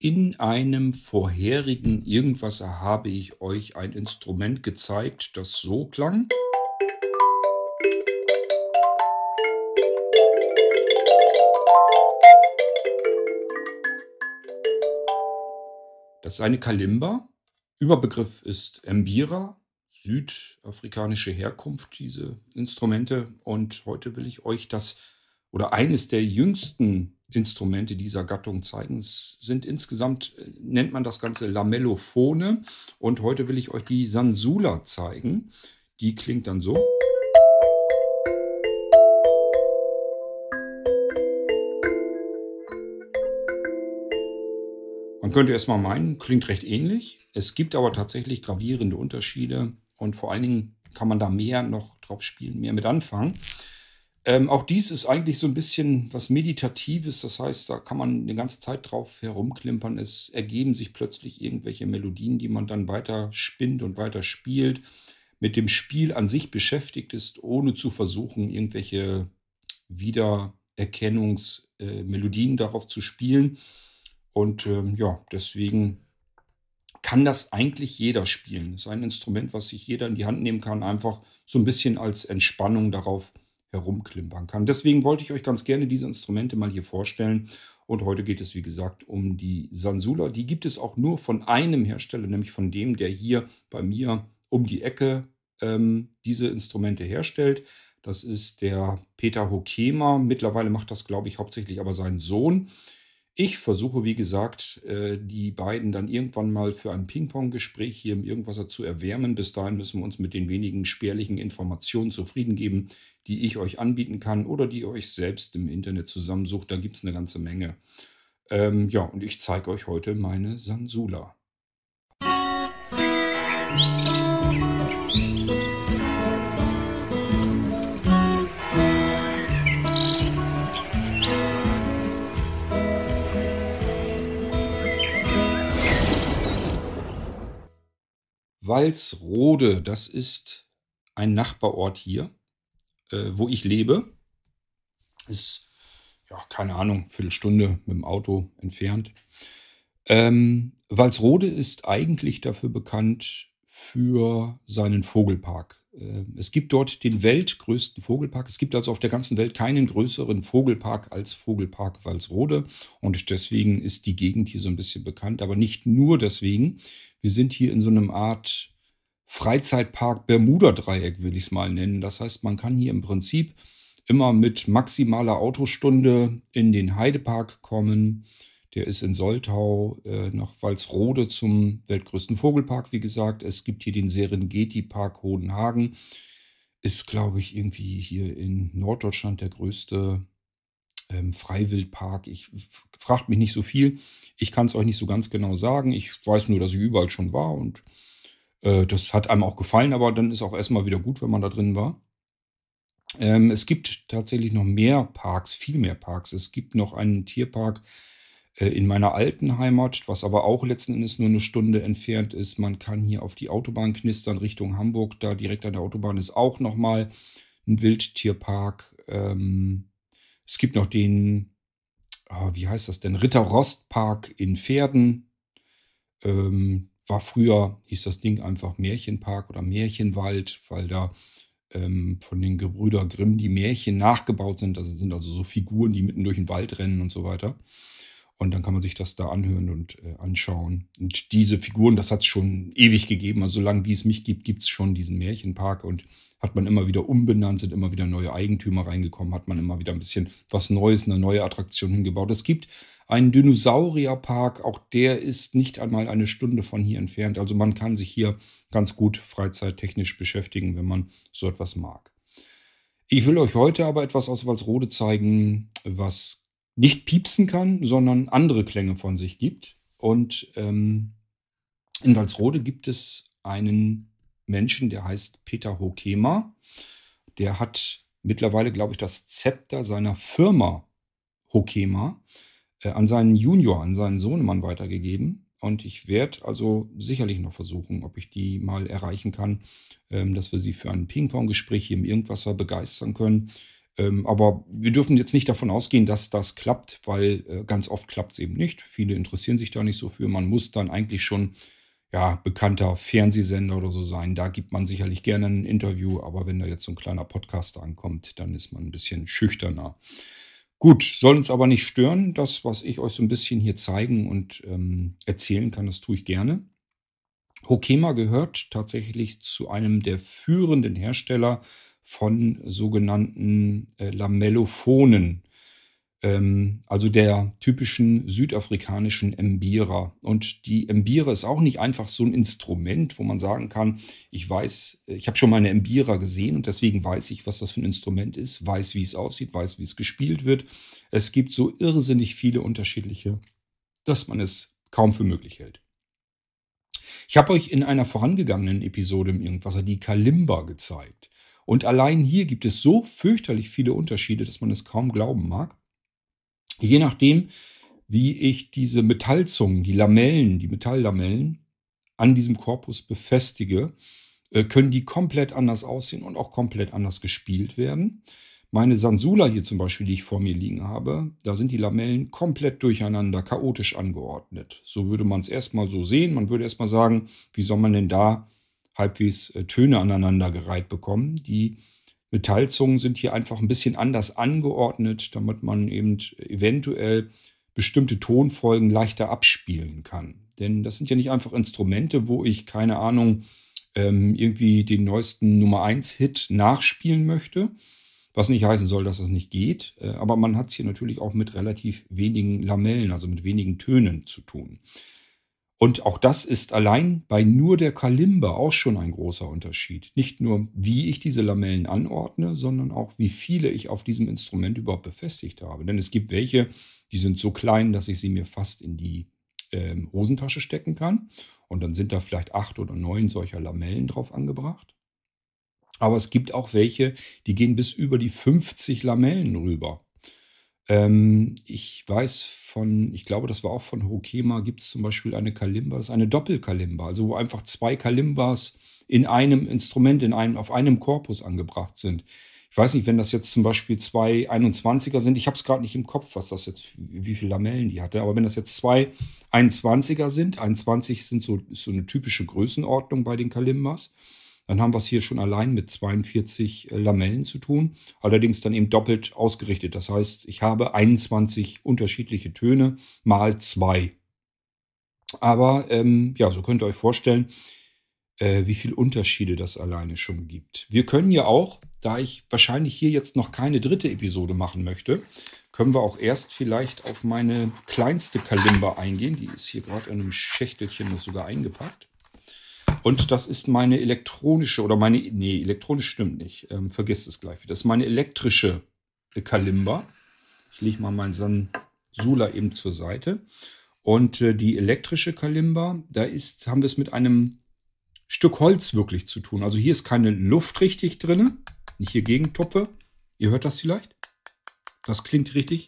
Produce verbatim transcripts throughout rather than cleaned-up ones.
In einem vorherigen Irgendwasser habe ich euch ein Instrument gezeigt, das so klang. Das ist eine Kalimba. Überbegriff ist Mbira, südafrikanische Herkunft, diese Instrumente. Und heute will ich euch das oder eines der jüngsten Instrumente dieser Gattung zeigen. Es sind insgesamt, äh, nennt man das Ganze Lamellophone. Und heute will ich euch die Sansula zeigen. Die klingt dann so. Man könnte erstmal meinen, klingt recht ähnlich. Es gibt aber tatsächlich gravierende Unterschiede und vor allen Dingen kann man da mehr noch drauf spielen, mehr mit anfangen. Ähm, auch dies ist eigentlich so ein bisschen was Meditatives, das heißt, da kann man eine ganze Zeit drauf herumklimpern. Es ergeben sich plötzlich irgendwelche Melodien, die man dann weiter spinnt und weiter spielt, mit dem Spiel an sich beschäftigt ist, ohne zu versuchen, irgendwelche Wiedererkennungsmelodien äh, Melodien darauf zu spielen. Und ähm, ja, deswegen kann das eigentlich jeder spielen. Das ist ein Instrument, was sich jeder in die Hand nehmen kann, einfach so ein bisschen als Entspannung darauf herumklimpern kann. Deswegen wollte ich euch ganz gerne diese Instrumente mal hier vorstellen. Und heute geht es, wie gesagt, um die Sansula. Die gibt es auch nur von einem Hersteller, nämlich von dem, der hier bei mir um die Ecke ähm, diese Instrumente herstellt. Das ist der Peter Hoekema. Mittlerweile macht das, glaube ich, hauptsächlich aber sein Sohn. Ich versuche, wie gesagt, äh, die beiden dann irgendwann mal für ein Ping-Pong-Gespräch hier im Irgendwasser zu erwärmen. Bis dahin müssen wir uns mit den wenigen spärlichen Informationen zufrieden geben, die ich euch anbieten kann oder die ihr euch selbst im Internet zusammensucht. Da gibt es eine ganze Menge. Ähm, ja, und ich zeige euch heute meine Sansula. Walsrode, das ist ein Nachbarort hier, äh, wo ich lebe. Ist, ja, keine Ahnung, Viertelstunde mit dem Auto entfernt. Ähm, Walsrode ist eigentlich dafür bekannt für seinen Vogelpark. Äh, es gibt dort den weltgrößten Vogelpark. Es gibt also auf der ganzen Welt keinen größeren Vogelpark als Vogelpark Walsrode. Und deswegen ist die Gegend hier so ein bisschen bekannt. Aber nicht nur deswegen. Wir sind hier in so einem Art Freizeitpark Bermuda-Dreieck, will ich es mal nennen. Das heißt, man kann hier im Prinzip immer mit maximaler Autostunde in den Heidepark kommen. Der ist in Soltau, äh, nach Walsrode zum weltgrößten Vogelpark, wie gesagt. Es gibt hier den Serengeti-Park Hodenhagen. Ist, glaube ich, irgendwie hier in Norddeutschland der größte ähm, Freiwildpark. Ich fragt mich nicht so viel. Ich kann es euch nicht so ganz genau sagen. Ich weiß nur, dass ich überall schon war und äh, das hat einem auch gefallen, aber dann ist auch erstmal wieder gut, wenn man da drin war. Ähm, es gibt tatsächlich noch mehr Parks, viel mehr Parks. Es gibt noch einen Tierpark äh, in meiner alten Heimat, was aber auch letzten Endes nur eine Stunde entfernt ist. Man kann hier auf die Autobahn knistern Richtung Hamburg. Da direkt an der Autobahn ist auch nochmal ein Wildtierpark. Ähm, es gibt noch den, ah, wie heißt das denn? Ritter-Rost-Park in Verden. Ähm, war früher, hieß das Ding einfach Märchenpark oder Märchenwald, weil da ähm, von den Gebrüder Grimm die Märchen nachgebaut sind. Also sind also so Figuren, die mitten durch den Wald rennen und so weiter. Und dann kann man sich das da anhören und äh, anschauen. Und diese Figuren, das hat es schon ewig gegeben. Also solange wie es mich gibt, gibt es schon diesen Märchenpark und hat man immer wieder umbenannt, sind immer wieder neue Eigentümer reingekommen, hat man immer wieder ein bisschen was Neues, eine neue Attraktion hingebaut. Es gibt einen Dinosaurierpark, auch der ist nicht einmal eine Stunde von hier entfernt. Also man kann sich hier ganz gut freizeittechnisch beschäftigen, wenn man so etwas mag. Ich will euch heute aber etwas aus Walsrode zeigen, was nicht piepsen kann, sondern andere Klänge von sich gibt. Und ähm, in Walsrode gibt es einen Menschen, der heißt Peter Hoekema. Der hat mittlerweile, glaube ich, das Zepter seiner Firma Hoekema äh, an seinen Junior, an seinen Sohnemann weitergegeben. Und ich werde also sicherlich noch versuchen, ob ich die mal erreichen kann, ähm, dass wir sie für ein Ping-Pong-Gespräch hier im Irgendwasser begeistern können. Ähm, aber wir dürfen jetzt nicht davon ausgehen, dass das klappt, weil äh, ganz oft klappt es eben nicht. Viele interessieren sich da nicht so für. Man muss dann eigentlich schon ja, bekannter Fernsehsender oder so sein. Da gibt man sicherlich gerne ein Interview, aber wenn da jetzt so ein kleiner Podcaster ankommt, dann ist man ein bisschen schüchterner. Gut, soll uns aber nicht stören. Das, was ich euch so ein bisschen hier zeigen und ähm, erzählen kann, das tue ich gerne. Hokema gehört tatsächlich zu einem der führenden Hersteller von sogenannten äh, Lamellophonen, ähm, also der typischen südafrikanischen Mbira. Und die Mbira ist auch nicht einfach so ein Instrument, wo man sagen kann, ich weiß, ich habe schon mal eine Mbira gesehen und deswegen weiß ich, was das für ein Instrument ist, weiß, wie es aussieht, weiß, wie es gespielt wird. Es gibt so irrsinnig viele unterschiedliche, dass man es kaum für möglich hält. Ich habe euch in einer vorangegangenen Episode im Irgendwasser die Kalimba gezeigt. Und allein hier gibt es so fürchterlich viele Unterschiede, dass man es kaum glauben mag. Je nachdem, wie ich diese Metallzungen, die Lamellen, die Metalllamellen an diesem Korpus befestige, äh, können die komplett anders aussehen und auch komplett anders gespielt werden. Meine Sansula hier zum Beispiel, die ich vor mir liegen habe, da sind die Lamellen komplett durcheinander, chaotisch angeordnet. So würde man es erstmal so sehen. Man würde erstmal sagen, wie soll man denn da halbwegs äh, Töne aneinandergereiht bekommen? Die Metallzungen sind hier einfach ein bisschen anders angeordnet, damit man eben eventuell bestimmte Tonfolgen leichter abspielen kann. Denn das sind ja nicht einfach Instrumente, wo ich, keine Ahnung, ähm, irgendwie den neuesten Nummer eins Hit nachspielen möchte, was nicht heißen soll, dass das nicht geht. Äh, aber man hat es hier natürlich auch mit relativ wenigen Lamellen, also mit wenigen Tönen zu tun. Und auch das ist allein bei nur der Kalimba auch schon ein großer Unterschied. Nicht nur, wie ich diese Lamellen anordne, sondern auch, wie viele ich auf diesem Instrument überhaupt befestigt habe. Denn es gibt welche, die sind so klein, dass ich sie mir fast in die ähm, Hosentasche stecken kann. Und dann sind da vielleicht acht oder neun solcher Lamellen drauf angebracht. Aber es gibt auch welche, die gehen bis über die fünfzig Lamellen rüber. Ähm, ich weiß von, ich glaube, das war auch von Hokema, gibt es zum Beispiel eine Kalimba, das ist eine Doppelkalimba, also wo einfach zwei Kalimbas in einem Instrument, in einem, auf einem Korpus angebracht sind. Ich weiß nicht, wenn das jetzt zum Beispiel zwei einundzwanziger sind, ich habe es gerade nicht im Kopf, was das jetzt, wie viele Lamellen die hatte, aber wenn das jetzt zwei einundzwanziger sind, einundzwanzig sind so, ist so eine typische Größenordnung bei den Kalimbas, dann haben wir es hier schon allein mit zweiundvierzig äh, Lamellen zu tun. Allerdings dann eben doppelt ausgerichtet. Das heißt, ich habe einundzwanzig unterschiedliche Töne mal zwei. Aber ähm, ja, so könnt ihr euch vorstellen, äh, wie viele Unterschiede das alleine schon gibt. Wir können ja auch, da ich wahrscheinlich hier jetzt noch keine dritte Episode machen möchte, können wir auch erst vielleicht auf meine kleinste Kalimba eingehen. Die ist hier gerade in einem Schächtelchen noch sogar eingepackt. Und das ist meine elektronische oder meine, nee, elektronisch stimmt nicht. Ähm, vergesst es gleich wieder. Das ist meine elektrische äh, Kalimba. Ich lege mal meinen Sansula eben zur Seite. Und äh, die elektrische Kalimba, da ist, haben wir es mit einem Stück Holz wirklich zu tun. Also hier ist keine Luft richtig drin. Nicht hier Gegentupfe. Ihr hört das vielleicht? Das klingt richtig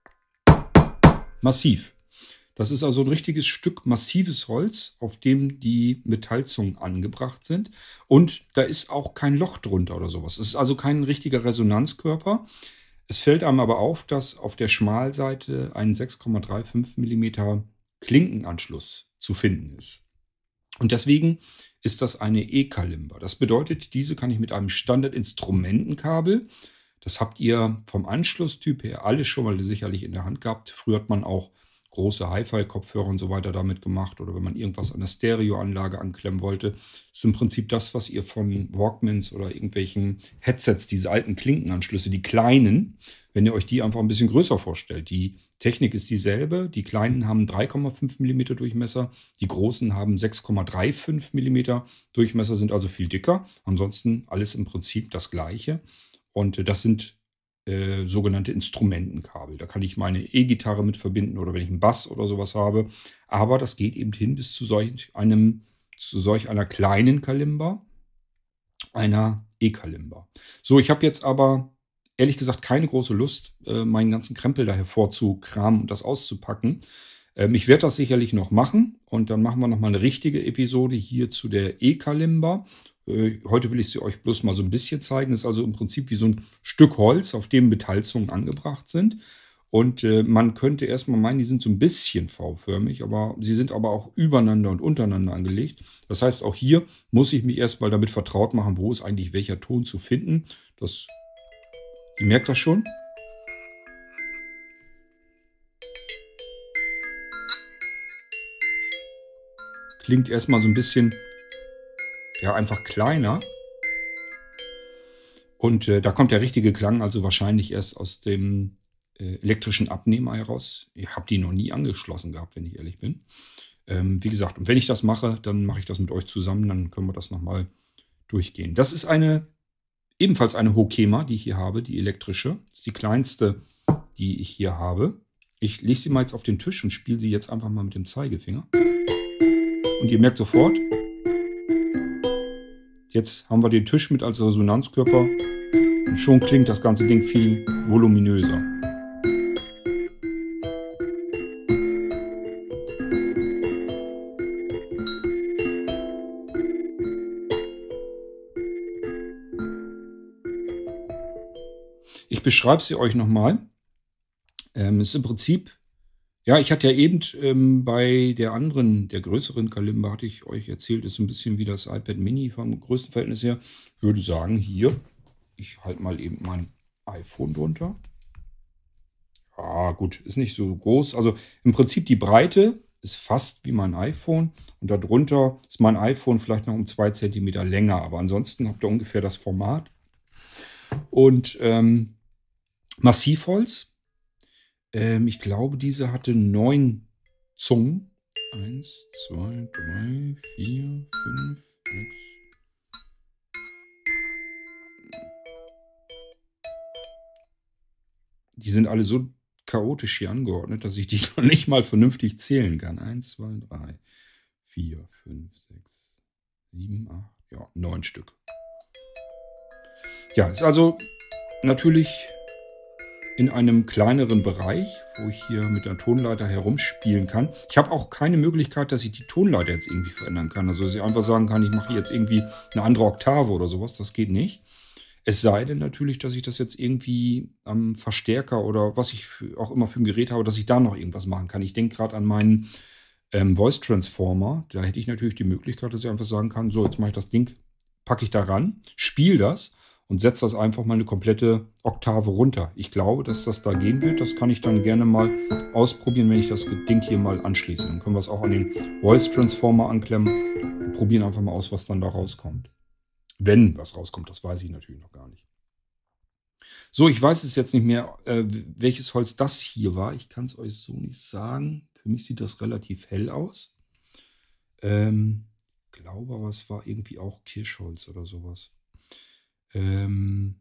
massiv. Das ist also ein richtiges Stück massives Holz, auf dem die Metallzungen angebracht sind. Und da ist auch kein Loch drunter oder sowas. Es ist also kein richtiger Resonanzkörper. Es fällt einem aber auf, dass auf der Schmalseite ein sechs Komma fünfunddreißig Millimeter Klinkenanschluss zu finden ist. Und deswegen ist das eine E-Kalimba. Das bedeutet, diese kann ich mit einem Standard-Instrumentenkabel, das habt ihr vom Anschlusstyp her alles schon mal sicherlich in der Hand gehabt. Früher hat man auch große Hi-Fi-Kopfhörer und so weiter damit gemacht oder wenn man irgendwas an der Stereoanlage anklemmen wollte. Das ist im Prinzip das, was ihr von Walkmans oder irgendwelchen Headsets, diese alten Klinkenanschlüsse, die kleinen, wenn ihr euch die einfach ein bisschen größer vorstellt. Die Technik ist dieselbe. Die kleinen haben drei Komma fünf Millimeter Durchmesser, die großen haben sechs Komma fünfunddreißig Millimeter Durchmesser, sind also viel dicker. Ansonsten alles im Prinzip das gleiche. Und äh, das sind äh, sogenannte Instrumentenkabel. Da kann ich meine E-Gitarre mit verbinden oder wenn ich einen Bass oder sowas habe. Aber das geht eben hin bis zu solch einem, zu solch einer kleinen Kalimba, einer E-Kalimba. So, ich habe jetzt aber ehrlich gesagt keine große Lust, äh, meinen ganzen Krempel da hervorzukramen und das auszupacken. Ähm, ich werde das sicherlich noch machen und dann machen wir noch mal eine richtige Episode hier zu der E-Kalimba. Äh, heute will ich sie euch bloß mal so ein bisschen zeigen. Das ist also im Prinzip wie so ein Stück Holz, auf dem Metallzungen angebracht sind. Und, äh, man könnte erst mal meinen, die sind so ein bisschen V-förmig, aber sie sind aber auch übereinander und untereinander angelegt. Das heißt, auch hier muss ich mich erst mal damit vertraut machen, wo ist eigentlich welcher Ton zu finden. Das ihr merkt das schon? Klingt erst mal so ein bisschen, ja, einfach kleiner. Und, äh, da kommt der richtige Klang also wahrscheinlich erst aus dem, äh, elektrischen Abnehmer heraus. Ich habe die noch nie angeschlossen gehabt, wenn ich ehrlich bin. Ähm, wie gesagt, und wenn ich das mache, dann mache ich das mit euch zusammen, dann können wir das noch mal durchgehen. Das ist eine ebenfalls eine Hokema, die ich hier habe, die elektrische. Das ist die kleinste, die ich hier habe. Ich lege sie mal jetzt auf den Tisch und spiele sie jetzt einfach mal mit dem Zeigefinger. Und ihr merkt sofort, jetzt haben wir den Tisch mit als Resonanzkörper und schon klingt das ganze Ding viel voluminöser. Ich beschreibe sie euch nochmal. Ähm, ist im Prinzip, ja, ich hatte ja eben ähm, bei der anderen, der größeren Kalimba, hatte ich euch erzählt, ist so ein bisschen wie das iPad Mini vom Größenverhältnis her. Ich würde sagen, hier, ich halte mal eben mein iPhone drunter. Ja, gut, ist nicht so groß. Also im Prinzip die Breite ist fast wie mein iPhone und darunter ist mein iPhone vielleicht noch um zwei Zentimeter länger, aber ansonsten habt ihr ungefähr das Format. Und ähm, Massivholz. Ähm, ich glaube, diese hatte neun Zungen. Eins, zwei, drei, vier, fünf, sechs. Die sind alle so chaotisch hier angeordnet, dass ich die noch nicht mal vernünftig zählen kann. Eins, zwei, drei, vier, fünf, sechs, sieben, acht, ja, neun Stück. Ja, ist also natürlich in einem kleineren Bereich, wo ich hier mit der Tonleiter herumspielen kann. Ich habe auch keine Möglichkeit, dass ich die Tonleiter jetzt irgendwie verändern kann. Also, dass ich einfach sagen kann, ich mache jetzt irgendwie eine andere Oktave oder sowas. Das geht nicht. Es sei denn natürlich, dass ich das jetzt irgendwie am Verstärker oder was ich für, auch immer für ein Gerät habe, dass ich da noch irgendwas machen kann. Ich denke gerade an meinen ähm, Voice Transformer. Da hätte ich natürlich die Möglichkeit, dass ich einfach sagen kann, so, jetzt mache ich das Ding, packe ich da ran, spiele das und setze das einfach mal eine komplette Oktave runter. Ich glaube, dass das da gehen wird. Das kann ich dann gerne mal ausprobieren, wenn ich das Ding hier mal anschließe. Dann können wir es auch an den Voice Transformer anklemmen und probieren einfach mal aus, was dann da rauskommt. Wenn was rauskommt, das weiß ich natürlich noch gar nicht. So, ich weiß es jetzt nicht mehr, äh, welches Holz das hier war. Ich kann es euch so nicht sagen. Für mich sieht das relativ hell aus. Ähm, glaube aber, es war irgendwie auch Kirschholz oder sowas. Ähm,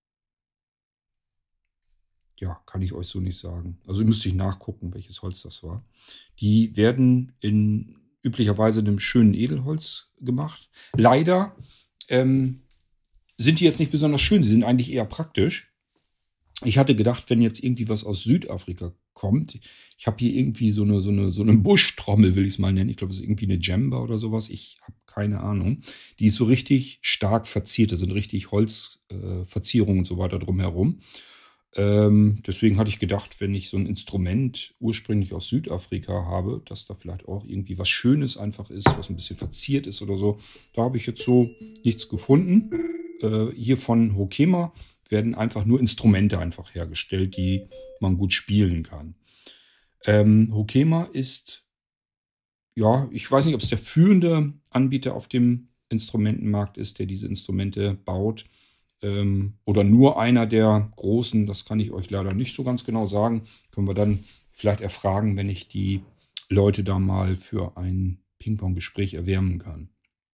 ja, kann ich euch so nicht sagen. Also müsste ich nachgucken, welches Holz das war. Die werden in üblicherweise einem schönen Edelholz gemacht. Leider ähm, sind die jetzt nicht besonders schön. Sie sind eigentlich eher praktisch. Ich hatte gedacht, wenn jetzt irgendwie was aus Südafrika kommt, ich habe hier irgendwie so eine, so eine, so eine Buschtrommel, will ich es mal nennen. Ich glaube, das ist irgendwie eine Djemba oder sowas. Ich habe keine Ahnung. Die ist so richtig stark verziert. Da sind richtig Holzverzierungen äh, Verzierungen und so weiter drumherum. Ähm, deswegen hatte ich gedacht, wenn ich so ein Instrument ursprünglich aus Südafrika habe, dass da vielleicht auch irgendwie was Schönes einfach ist, was ein bisschen verziert ist oder so. Da habe ich jetzt so nichts gefunden. Äh, hier von Hokema werden einfach nur Instrumente einfach hergestellt, die man gut spielen kann. Ähm, Hokema ist, ja, ich weiß nicht, ob es der führende Anbieter auf dem Instrumentenmarkt ist, der diese Instrumente baut. Ähm, oder nur einer der großen, das kann ich euch leider nicht so ganz genau sagen. Können wir dann vielleicht erfragen, wenn ich die Leute da mal für ein Ping-Pong-Gespräch erwärmen kann.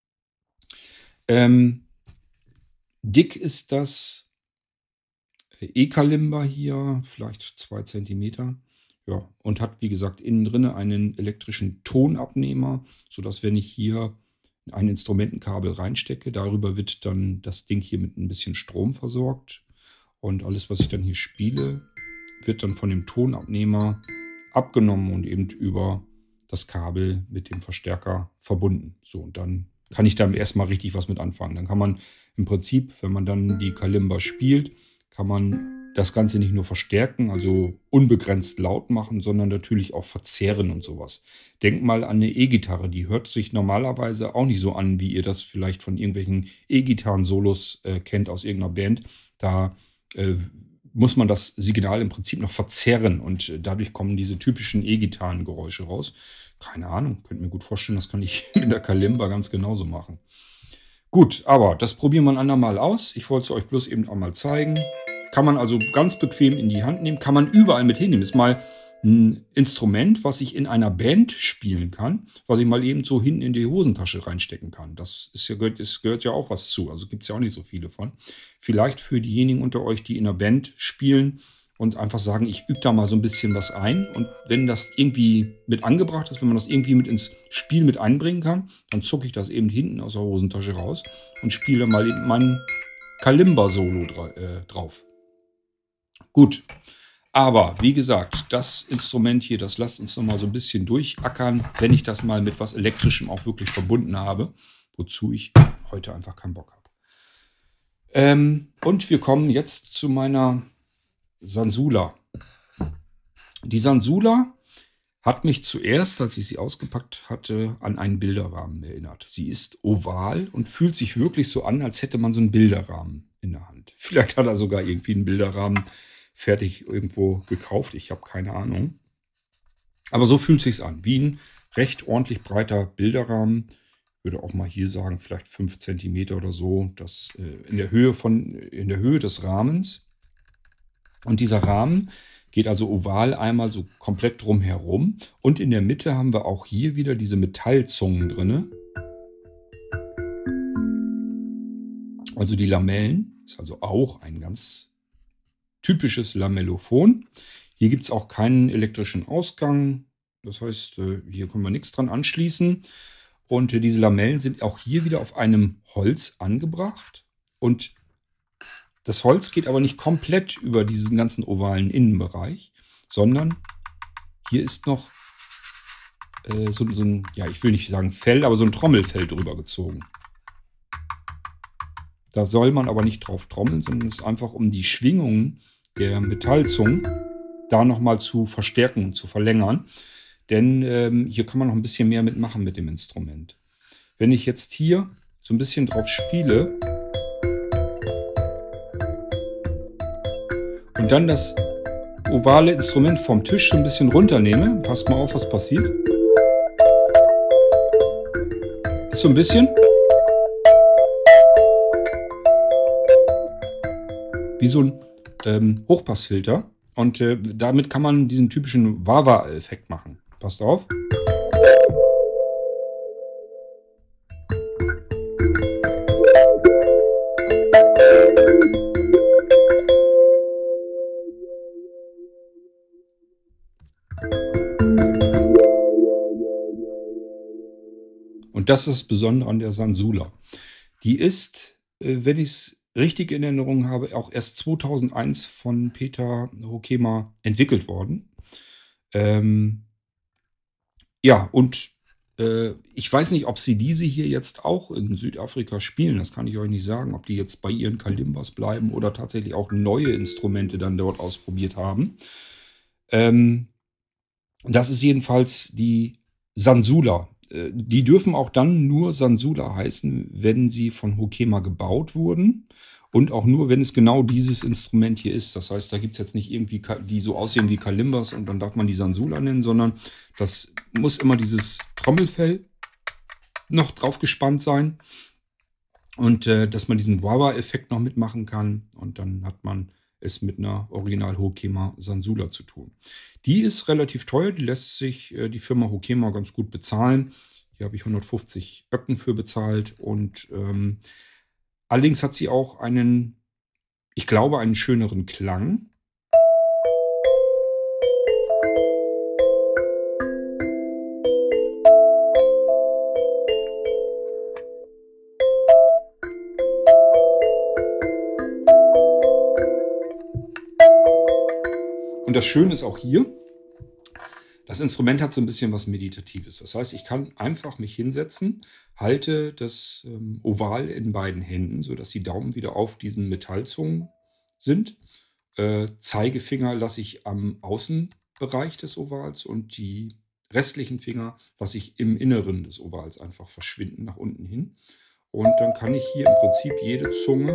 Ähm, dick ist das E-Kalimba hier, vielleicht zwei Zentimeter. Ja, und hat, wie gesagt, innen drin einen elektrischen Tonabnehmer, sodass, wenn ich hier ein Instrumentenkabel reinstecke, darüber wird dann das Ding hier mit ein bisschen Strom versorgt. Und alles, was ich dann hier spiele, wird dann von dem Tonabnehmer abgenommen und eben über das Kabel mit dem Verstärker verbunden. So, und dann kann ich da erstmal richtig was mit anfangen. Dann kann man im Prinzip, wenn man dann die Kalimba spielt, kann man das Ganze nicht nur verstärken, also unbegrenzt laut machen, sondern natürlich auch verzerren und sowas. Denkt mal an eine E-Gitarre, die hört sich normalerweise auch nicht so an, wie ihr das vielleicht von irgendwelchen E-Gitarren-Solos äh, kennt aus irgendeiner Band. Da äh, muss man das Signal im Prinzip noch verzerren und äh, dadurch kommen diese typischen E-Gitarren-Geräusche raus. Keine Ahnung, könnt mir gut vorstellen, das kann ich mit der Kalimba ganz genauso machen. Gut, aber das probieren wir ein andermal aus. Ich wollte es euch bloß eben auch mal zeigen. Kann man also ganz bequem in die Hand nehmen, kann man überall mit hinnehmen. Ist mal ein Instrument, was ich in einer Band spielen kann, was ich mal eben so hinten in die Hosentasche reinstecken kann. Das ist ja, gehört, ist, gehört ja auch was zu. Also gibt es ja auch nicht so viele von. Vielleicht für diejenigen unter euch, die in einer Band spielen und einfach sagen, ich übe da mal so ein bisschen was ein. Und wenn das irgendwie mit angebracht ist, wenn man das irgendwie mit ins Spiel mit einbringen kann, dann zucke ich das eben hinten aus der Hosentasche raus und spiele mal eben mein Kalimba-Solo dra äh, drauf. Gut, aber wie gesagt, das Instrument hier, das lasst uns noch mal so ein bisschen durchackern, wenn ich das mal mit was Elektrischem auch wirklich verbunden habe, wozu ich heute einfach keinen Bock habe. Ähm, und wir kommen jetzt zu meiner Sansula. Die Sansula hat mich zuerst, als ich sie ausgepackt hatte, an einen Bilderrahmen erinnert. Sie ist oval und fühlt sich wirklich so an, als hätte man so einen Bilderrahmen in der Hand. Vielleicht hat er sogar irgendwie einen Bilderrahmen fertig irgendwo gekauft. Ich habe keine Ahnung. Aber so fühlt es sich an. Wie ein recht ordentlich breiter Bilderrahmen. Ich würde auch mal hier sagen, vielleicht fünf Zentimeter oder so. Das äh, in der Höhe von, in der Höhe des Rahmens. Und dieser Rahmen geht also oval einmal so komplett drum herum. Und in der Mitte haben wir auch hier wieder diese Metallzungen drin. Also die Lamellen. Ist also auch ein ganz typisches Lamellophon. Hier gibt es auch keinen elektrischen Ausgang. Das heißt, hier können wir nichts dran anschließen. Und diese Lamellen sind auch hier wieder auf einem Holz angebracht. Und das Holz geht aber nicht komplett über diesen ganzen ovalen Innenbereich, sondern hier ist noch äh, so, so ein, ja, ich will nicht sagen Fell, aber so ein Trommelfell drüber gezogen. Da soll man aber nicht drauf trommeln, sondern es ist einfach, um die Schwingungen der Metallzungen da nochmal zu verstärken und zu verlängern. Denn ähm, hier kann man noch ein bisschen mehr mitmachen mit dem Instrument. Wenn ich jetzt hier so ein bisschen drauf spiele und dann das ovale Instrument vom Tisch so ein bisschen runternehme, passt mal auf, was passiert. Ist so ein bisschen wie so ein ähm, Hochpassfilter. Und äh, damit kann man diesen typischen Wah-Wah-Effekt machen. Passt auf. Und das ist das Besondere an der Sansula. Die ist, äh, wenn ich es richtig in Erinnerung habe, auch erst zweitausendeins von Peter Hoekema entwickelt worden. Ähm, ja, und äh, ich weiß nicht, ob sie diese hier jetzt auch in Südafrika spielen. Das kann ich euch nicht sagen, ob die jetzt bei ihren Kalimbas bleiben oder tatsächlich auch neue Instrumente dann dort ausprobiert haben. Ähm, das ist jedenfalls die Sansula. Äh, Die dürfen auch dann nur Sansula heißen, wenn sie von Hoekema gebaut wurden. Und auch nur, wenn es genau dieses Instrument hier ist. Das heißt, da gibt es jetzt nicht irgendwie, Ka- die so aussehen wie Kalimbas und dann darf man die Sansula nennen, sondern das muss immer dieses Trommelfell noch drauf gespannt sein. Und äh, dass man diesen Wah-Wah-Effekt noch mitmachen kann. Und dann hat man es mit einer Original Hoekema Sansula zu tun. Die ist relativ teuer, die lässt sich äh, die Firma Hoekema ganz gut bezahlen. Hier habe ich hundertfünfzig Öcken für bezahlt. Und ähm, allerdings hat sie auch einen, ich glaube, einen schöneren Klang. Und das Schöne ist auch hier, das Das Instrument hat so ein bisschen was Meditatives. Das heißt, ich kann einfach mich hinsetzen, halte das, ähm, Oval in beiden Händen, sodass die Daumen wieder auf diesen Metallzungen sind. Äh, Zeigefinger lasse ich am Außenbereich des Ovals und die restlichen Finger lasse ich im Inneren des Ovals einfach verschwinden, nach unten hin. Und dann kann ich hier im Prinzip jede Zunge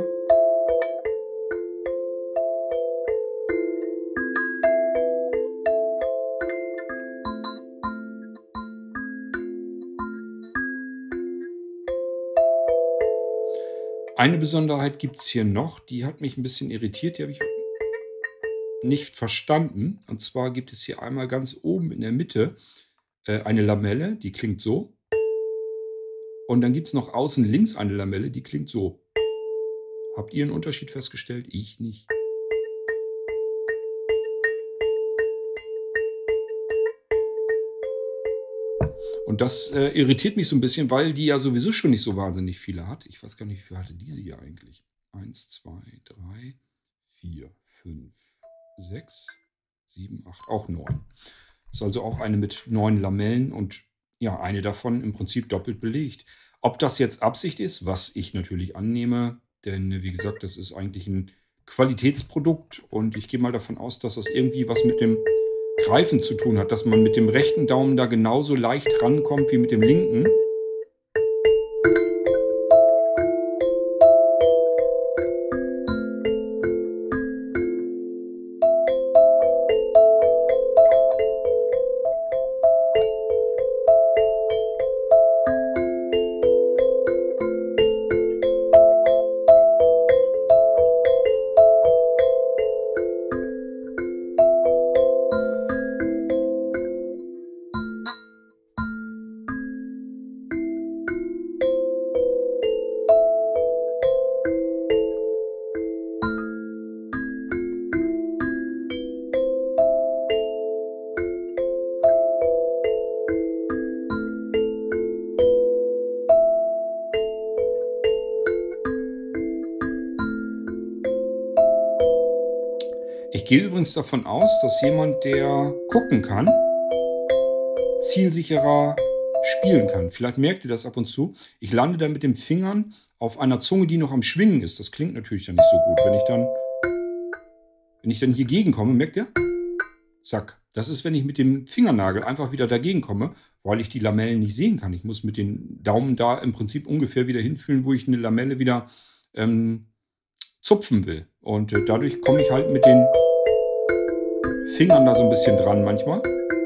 Eine Besonderheit gibt's hier noch, die hat mich ein bisschen irritiert, die habe ich nicht verstanden. Und zwar gibt es hier einmal ganz oben in der Mitte, äh, eine Lamelle, die klingt so. Und dann gibt's noch außen links eine Lamelle, die klingt so. Habt ihr einen Unterschied festgestellt? Ich nicht. Und das, äh, irritiert mich so ein bisschen, weil die ja sowieso schon nicht so wahnsinnig viele hat. Ich weiß gar nicht, wie viel hatte diese hier eigentlich? Eins, zwei, drei, vier, fünf, sechs, sieben, acht, auch neun. Ist also auch eine mit neun Lamellen und ja, eine davon im Prinzip doppelt belegt. Ob das jetzt Absicht ist, was ich natürlich annehme, denn wie gesagt, das ist eigentlich ein Qualitätsprodukt und ich gehe mal davon aus, dass das irgendwie was mit dem Greifen zu tun hat, dass man mit dem rechten Daumen da genauso leicht rankommt wie mit dem linken. Ich gehe übrigens davon aus, dass jemand, der gucken kann, zielsicherer spielen kann. Vielleicht merkt ihr das ab und zu. Ich lande dann mit den Fingern auf einer Zunge, die noch am Schwingen ist. Das klingt natürlich dann nicht so gut. Wenn ich dann, wenn ich dann hier gegenkomme, merkt ihr? Zack. Das ist, wenn ich mit dem Fingernagel einfach wieder dagegen komme, weil ich die Lamellen nicht sehen kann. Ich muss mit den Daumen da im Prinzip ungefähr wieder hinfühlen, wo ich eine Lamelle wieder ähm, zupfen will. Und äh, dadurch komme ich halt mit den Fingern da so ein bisschen dran manchmal.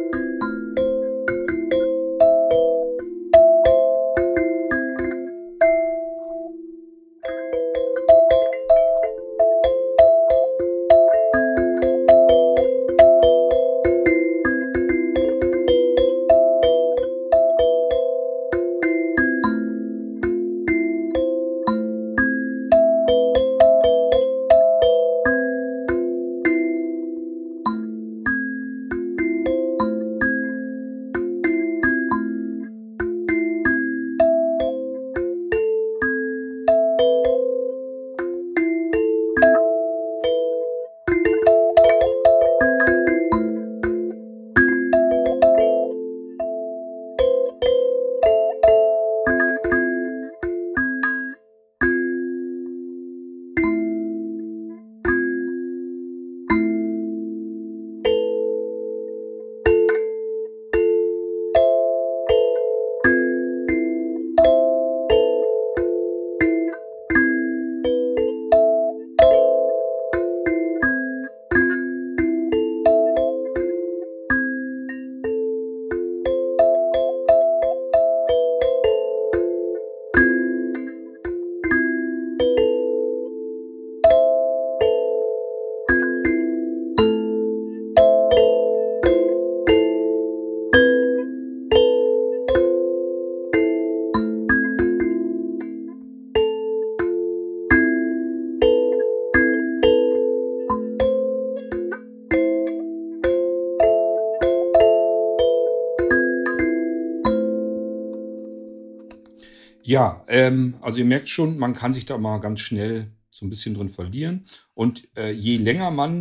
Ja, ähm, also ihr merkt schon, man kann sich da mal ganz schnell so ein bisschen drin verlieren. Und äh, je länger man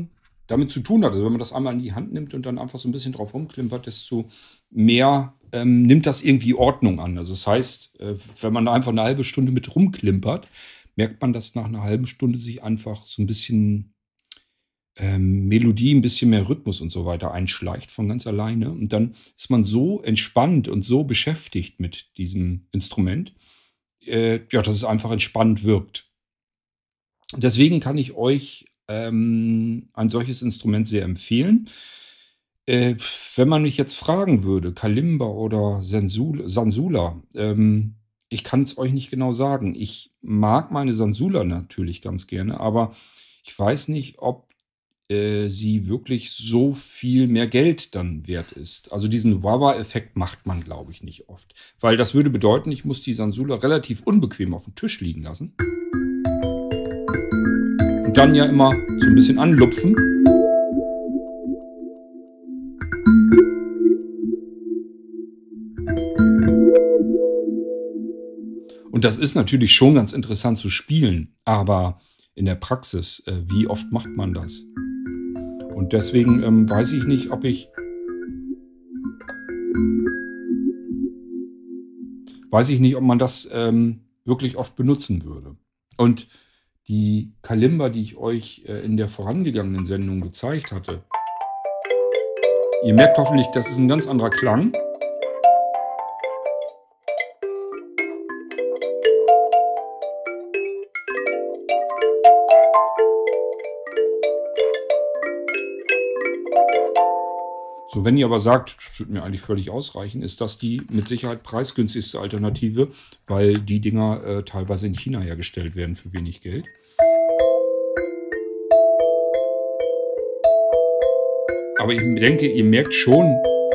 damit zu tun hat. Also wenn man das einmal in die Hand nimmt und dann einfach so ein bisschen drauf rumklimpert, desto mehr ähm, nimmt das irgendwie Ordnung an. Also das heißt, äh, wenn man einfach eine halbe Stunde mit rumklimpert, merkt man, dass nach einer halben Stunde sich einfach so ein bisschen ähm, Melodie, ein bisschen mehr Rhythmus und so weiter einschleicht von ganz alleine. Und dann ist man so entspannt und so beschäftigt mit diesem Instrument, äh, ja, dass es einfach entspannt wirkt. Deswegen kann ich euch ähm, ein solches Instrument sehr empfehlen. Äh, Wenn man mich jetzt fragen würde, Kalimba oder Sensul Sansula, ähm, ich kann es euch nicht genau sagen. Ich mag meine Sansula natürlich ganz gerne, aber ich weiß nicht, ob äh, sie wirklich so viel mehr Geld dann wert ist. Also diesen Wawa-Effekt macht man, glaube ich, nicht oft. Weil das würde bedeuten, ich muss die Sansula relativ unbequem auf dem Tisch liegen lassen. Und dann ja immer so ein bisschen anlupfen. Und das ist natürlich schon ganz interessant zu spielen, aber in der Praxis, äh, wie oft macht man das? Und deswegen ähm, weiß ich nicht, ob ich weiß ich nicht, ob man das ähm, wirklich oft benutzen würde. Und die Kalimba, die ich euch äh, in der vorangegangenen Sendung gezeigt hatte, ihr merkt hoffentlich, das ist ein ganz anderer Klang. So, wenn ihr aber sagt, das würde mir eigentlich völlig ausreichen, ist das die mit Sicherheit preisgünstigste Alternative, weil die Dinger äh, teilweise in China hergestellt werden für wenig Geld. Aber ich denke, ihr merkt schon,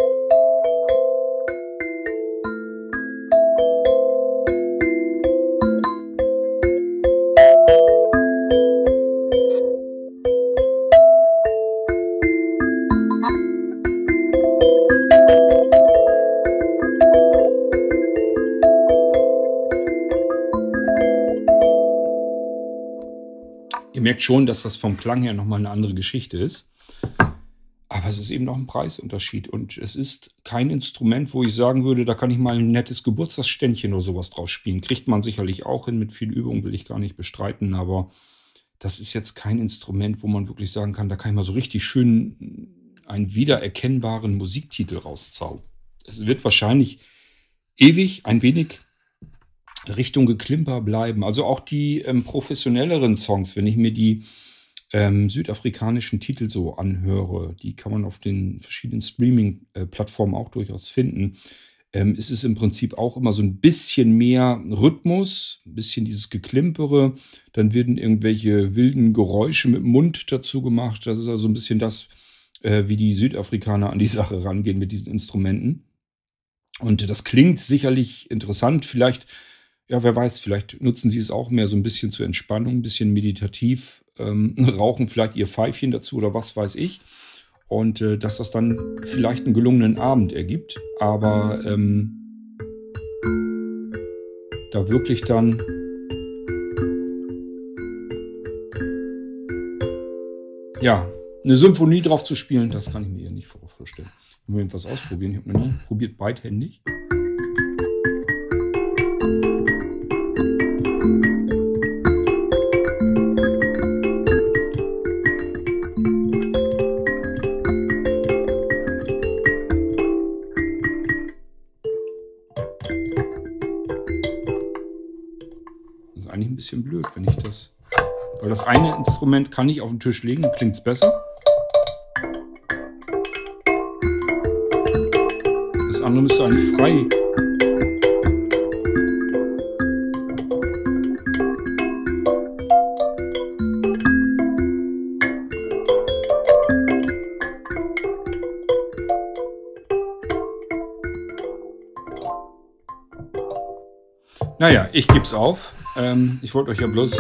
ihr merkt schon, dass das vom Klang her nochmal eine andere Geschichte ist. Aber es ist eben auch ein Preisunterschied. Und es ist kein Instrument, wo ich sagen würde, da kann ich mal ein nettes Geburtstagsständchen oder sowas draus spielen. Kriegt man sicherlich auch hin, mit viel Übung will ich gar nicht bestreiten. Aber das ist jetzt kein Instrument, wo man wirklich sagen kann, da kann ich mal so richtig schön einen wiedererkennbaren Musiktitel rauszaubern. Es wird wahrscheinlich ewig ein wenig Richtung Geklimper bleiben. Also auch die ähm, professionelleren Songs, wenn ich mir die ähm, südafrikanischen Titel so anhöre, die kann man auf den verschiedenen Streaming-Plattformen auch durchaus finden, ähm, ist es im Prinzip auch immer so ein bisschen mehr Rhythmus, ein bisschen dieses Geklimpere. Dann werden irgendwelche wilden Geräusche mit dem Mund dazu gemacht. Das ist also ein bisschen das, äh, wie die Südafrikaner an die Sache rangehen mit diesen Instrumenten. Und das klingt sicherlich interessant. Vielleicht, ja, wer weiß, vielleicht nutzen sie es auch mehr so ein bisschen zur Entspannung, ein bisschen meditativ, ähm, rauchen vielleicht ihr Pfeifchen dazu oder was weiß ich. Und äh, dass das dann vielleicht einen gelungenen Abend ergibt. Aber ähm, da wirklich dann ja, eine Symphonie drauf zu spielen, das kann ich mir hier nicht vorstellen. Ich will irgendwas ausprobieren. Ich habe noch nie probiert, beidhändig. Das ist eigentlich ein bisschen blöd, wenn ich das. Weil das eine Instrument kann ich auf den Tisch legen, dann klingt es besser. Das andere müsste eigentlich frei. Naja, ich gebe es auf. Ähm, ich wollte euch ja bloß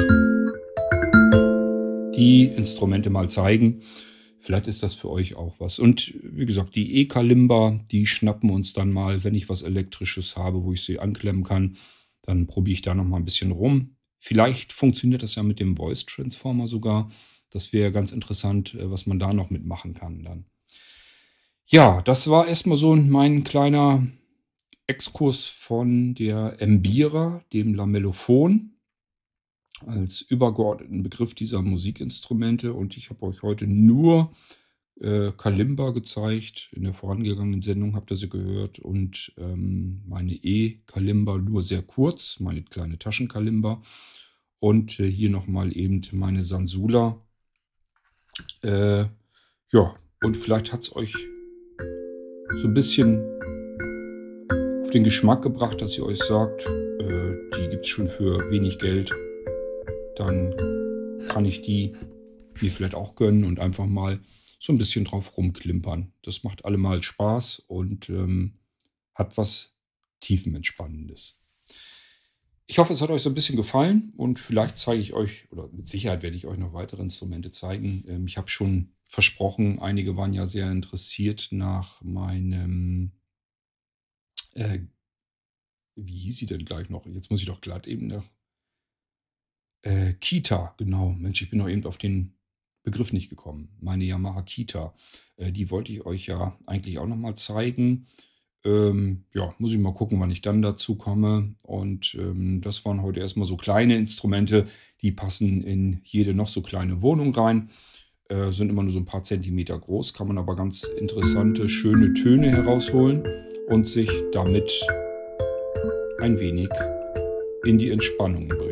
die Instrumente mal zeigen. Vielleicht ist das für euch auch was. Und wie gesagt, die E-Kalimba, die schnappen uns dann mal, wenn ich was Elektrisches habe, wo ich sie anklemmen kann. Dann probiere ich da noch mal ein bisschen rum. Vielleicht funktioniert das ja mit dem Voice Transformer sogar, Das wäre ganz interessant, äh, was man da noch mitmachen kann dann. Ja, das war erstmal so mein kleiner Exkurs von der Mbira, dem Lamellophon, als übergeordneten Begriff dieser Musikinstrumente. Und ich habe euch heute nur äh, Kalimba gezeigt. In der vorangegangenen Sendung habt ihr sie gehört. Und ähm, meine E-Kalimba nur sehr kurz, meine kleine Taschenkalimba. Und äh, hier nochmal eben meine Sansula. Äh, ja, und vielleicht hat es euch so ein bisschen auf den Geschmack gebracht, dass ihr euch sagt, äh, die gibt es schon für wenig Geld. Dann kann ich die mir vielleicht auch gönnen und einfach mal so ein bisschen drauf rumklimpern. Das macht allemal Spaß und ähm, hat was Tiefenentspannendes. Ich hoffe, es hat euch so ein bisschen gefallen und vielleicht zeige ich euch, oder mit Sicherheit werde ich euch noch weitere Instrumente zeigen. Ähm, ich habe schon versprochen, einige waren ja sehr interessiert nach meinem, äh, wie hieß sie denn gleich noch? Jetzt muss ich doch glatt eben nach Äh, Kita, genau. Mensch, ich bin noch eben auf den Begriff nicht gekommen. Meine Yamaha Kita. Äh, die wollte ich euch ja eigentlich auch noch mal zeigen. Ähm, ja, muss ich mal gucken, wann ich dann dazu komme. Und ähm, das waren heute erstmal so kleine Instrumente, die passen in jede noch so kleine Wohnung rein. Äh, sind immer nur so ein paar Zentimeter groß, kann man aber ganz interessante, schöne Töne herausholen und sich damit ein wenig in die Entspannung bringen.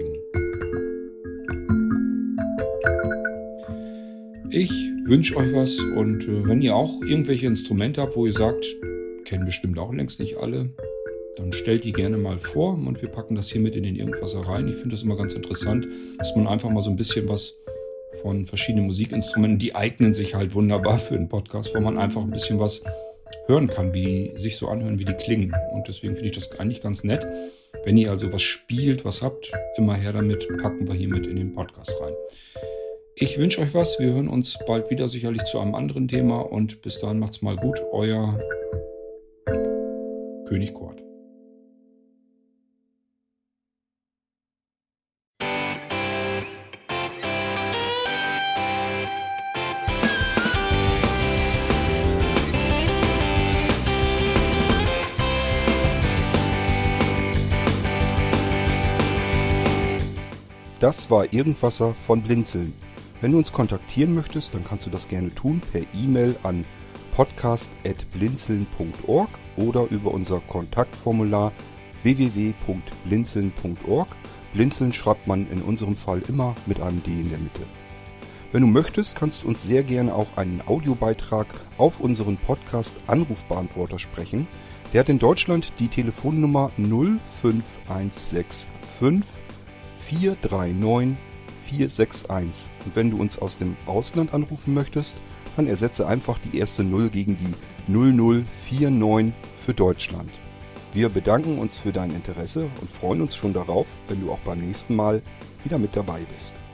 Ich wünsche euch was und äh, wenn ihr auch irgendwelche Instrumente habt, wo ihr sagt, kennen bestimmt auch längst nicht alle, dann stellt die gerne mal vor und wir packen das hier mit in den Irgendwasser rein. Ich finde das immer ganz interessant, dass man einfach mal so ein bisschen was von verschiedenen Musikinstrumenten, die eignen sich halt wunderbar für einen Podcast, wo man einfach ein bisschen was hören kann, wie die sich so anhören, wie die klingen. Und deswegen finde ich das eigentlich ganz nett. Wenn ihr also was spielt, was habt, immer her damit, packen wir hier mit in den Podcast rein. Ich wünsche euch was. Wir hören uns bald wieder, sicherlich zu einem anderen Thema. Und bis dahin macht's mal gut. Euer König Kurt. Das war Irgendwasser von Blinzeln. Wenn du uns kontaktieren möchtest, dann kannst du das gerne tun per E-Mail an podcast at blinzeln punkt org oder über unser Kontaktformular w w w punkt blinzeln punkt org. Blinzeln schreibt man in unserem Fall immer mit einem D in der Mitte. Wenn du möchtest, kannst du uns sehr gerne auch einen Audiobeitrag auf unseren Podcast Anrufbeantworter sprechen. Der hat in Deutschland die Telefonnummer null fünf eins sechs fünf vier drei neun vier sechs eins. Und wenn du uns aus dem Ausland anrufen möchtest, dann ersetze einfach die erste null gegen die null null vier neun für Deutschland. Wir bedanken uns für dein Interesse und freuen uns schon darauf, wenn du auch beim nächsten Mal wieder mit dabei bist.